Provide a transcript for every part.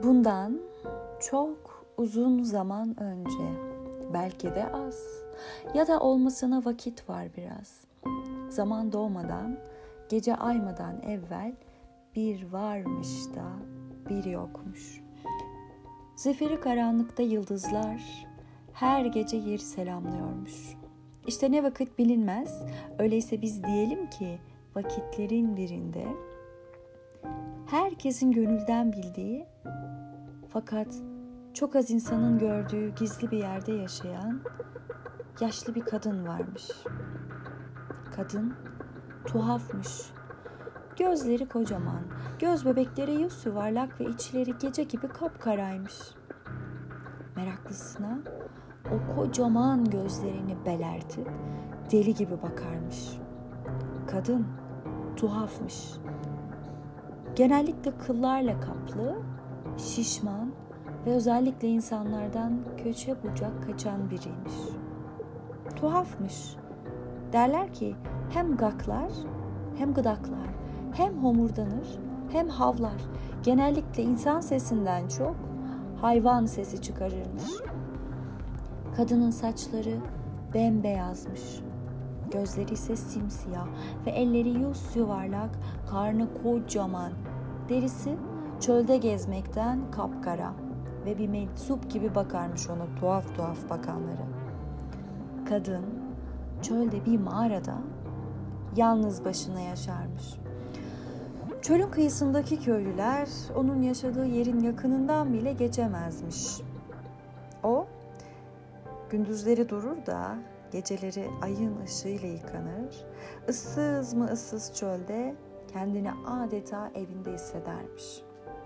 Bundan çok uzun zaman önce, belki de az ya da olmasına vakit var biraz. Zaman doğmadan, gece aymadan evvel bir varmış da bir yokmuş. Zifiri karanlıkta yıldızlar her gece yeri selamlıyormuş. İşte ne vakit bilinmez, öyleyse biz diyelim ki vakitlerin birinde herkesin gönülden bildiği fakat çok az insanın gördüğü gizli bir yerde yaşayan yaşlı bir kadın varmış. Kadın tuhafmış. Gözleri kocaman, göz bebekleri yüz yuvarlak ve içleri gece gibi kapkaraymış. Meraklısına o kocaman gözlerini belertip deli gibi bakarmış. Kadın tuhafmış. Genellikle kıllarla kaplı, şişman ve özellikle insanlardan köçe bucak kaçan biriymiş. Tuhafmış. Derler ki hem gaklar hem gıdaklar, hem homurdanır hem havlar. Genellikle insan sesinden çok hayvan sesi çıkarırmış. Kadının saçları bembeyazmış. Gözleri ise simsiyah ve elleri yuvarlak, karnı kocaman. Derisi çölde gezmekten kapkara ve bir meczup gibi bakarmış ona tuhaf tuhaf bakanlara. Kadın çölde bir mağarada yalnız başına yaşarmış. Çölün kıyısındaki köylüler onun yaşadığı yerin yakınından bile geçemezmiş. O gündüzleri durur da geceleri ayın ışığıyla yıkanır, ıssız mı ıssız çölde kendini adeta evinde hissedermiş.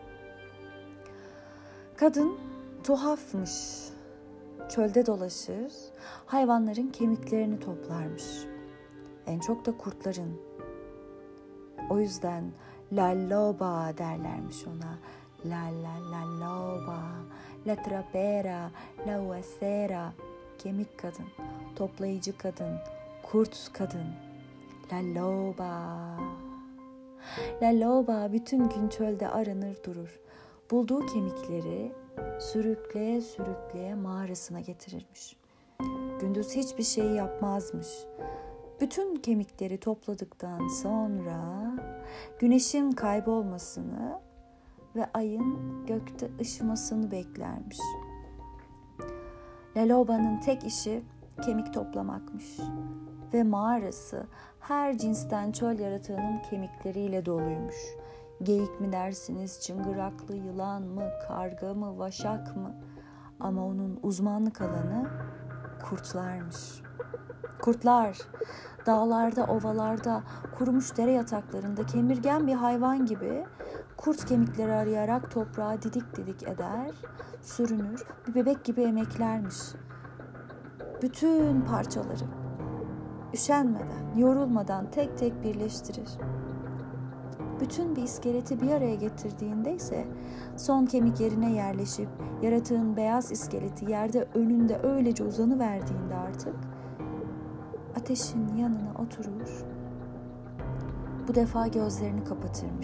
Kadın tuhafmış. Çölde dolaşır, hayvanların kemiklerini toplarmış. En çok da kurtların. O yüzden la loba derlermiş ona. La loba, la trapera, la huesera. Kemik kadın, toplayıcı kadın, kurt kadın. La loba. La loba bütün gün çölde aranır durur. Bulduğu kemikleri sürükleye sürükleye mağarasına getirirmiş. Gündüz hiçbir şey yapmazmış. Bütün kemikleri topladıktan sonra güneşin kaybolmasını ve ayın gökte ışımasını beklermiş. Laloba'nın tek işi kemik toplamakmış ve mağarası her cinsten çöl yaratığının kemikleriyle doluymuş. Geyik mi dersiniz, çıngıraklı yılan mı, karga mı, vaşak mı? Ama onun uzmanlık alanı kurtlarmış. Kurtlar, dağlarda, ovalarda, kurumuş dere yataklarında kemirgen bir hayvan gibi kurt kemikleri arayarak toprağa didik didik eder, sürünür, bir bebek gibi emeklermiş. Bütün parçaları üşenmeden, yorulmadan tek tek birleştirir. Bütün bir iskeleti bir araya getirdiğinde ise son kemik yerine yerleşip yaratığın beyaz iskeleti yerde önünde öylece uzanıverdiğinde artık ateşin yanına oturur. Bu defa gözlerini kapatırmış.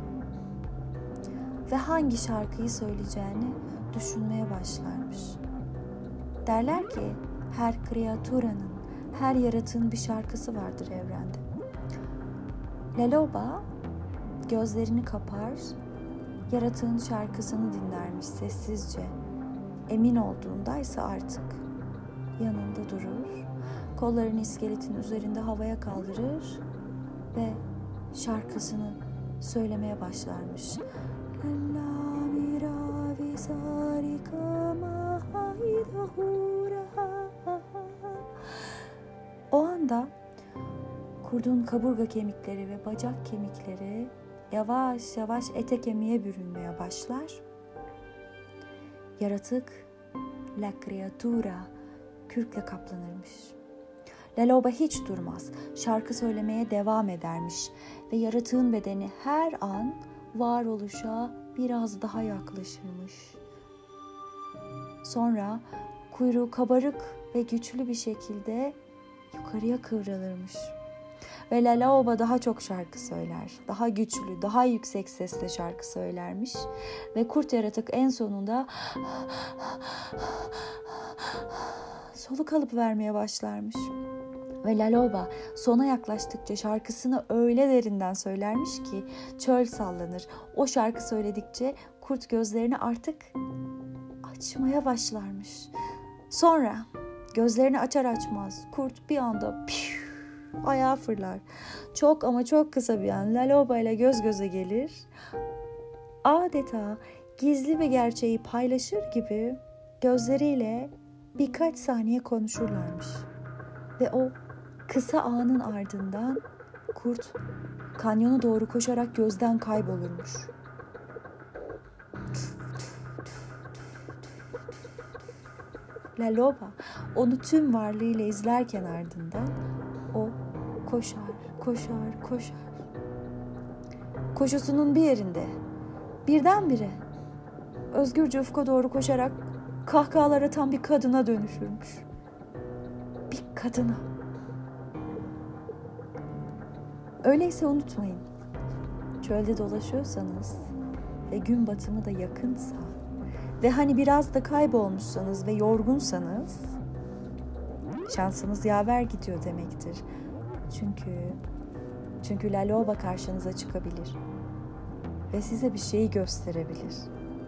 Ve hangi şarkıyı söyleyeceğini düşünmeye başlarmış. Derler ki her kreaturanın, her yaratığın bir şarkısı vardır evrende. Laloba gözlerini kapar, yaratığın şarkısını dinlermiş sessizce. Emin olduğundaysa artık yanında durur, kollarını iskeletin üzerinde havaya kaldırır ve şarkısını söylemeye başlarmış. O anda kurdun kaburga kemikleri ve bacak kemikleri yavaş yavaş ete kemiğe bürünmeye başlar. Yaratık, la creatura, kürkle kaplanırmış. Laloba hiç durmaz, şarkı söylemeye devam edermiş ve yaratığın bedeni her an varoluşa biraz daha yaklaşırmış. Sonra kuyruğu kabarık ve güçlü bir şekilde yukarıya kıvrılırmış. Ve La Laoba daha çok şarkı söyler. Daha güçlü, daha yüksek sesle şarkı söylermiş. Ve kurt yaratık en sonunda soluk alıp vermeye başlarmış. Ve La Laoba sona yaklaştıkça şarkısını öyle derinden söylermiş ki çöl sallanır. O şarkı söyledikçe kurt gözlerini artık açmaya başlarmış. Sonra gözlerini açar açmaz kurt bir anda ayağa fırlar. Çok ama çok kısa bir an La Laoba ile göz göze gelir. Adeta gizli bir gerçeği paylaşır gibi gözleriyle birkaç saniye konuşurlarmış. Ve o kısa anın ardından kurt kanyona doğru koşarak gözden kaybolurmuş. La Laoba onu tüm varlığıyla izlerken ardından o koşar. Koşusunun bir yerinde birdenbire özgürce ufka doğru koşarak kahkahalar atan bir kadına dönüşürmüş. Bir kadına. Öyleyse unutmayın, çölde dolaşıyorsanız ve gün batımı da yakınsa ve hani biraz da kaybolmuşsanız ve yorgunsanız şansınız yaver gidiyor demektir. Çünkü La Laoba karşınıza çıkabilir ve size bir şeyi gösterebilir.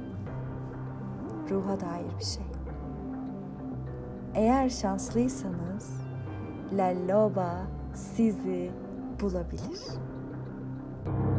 Ruha dair bir şey. Eğer şanslıysanız La Laoba sizi bulabilir.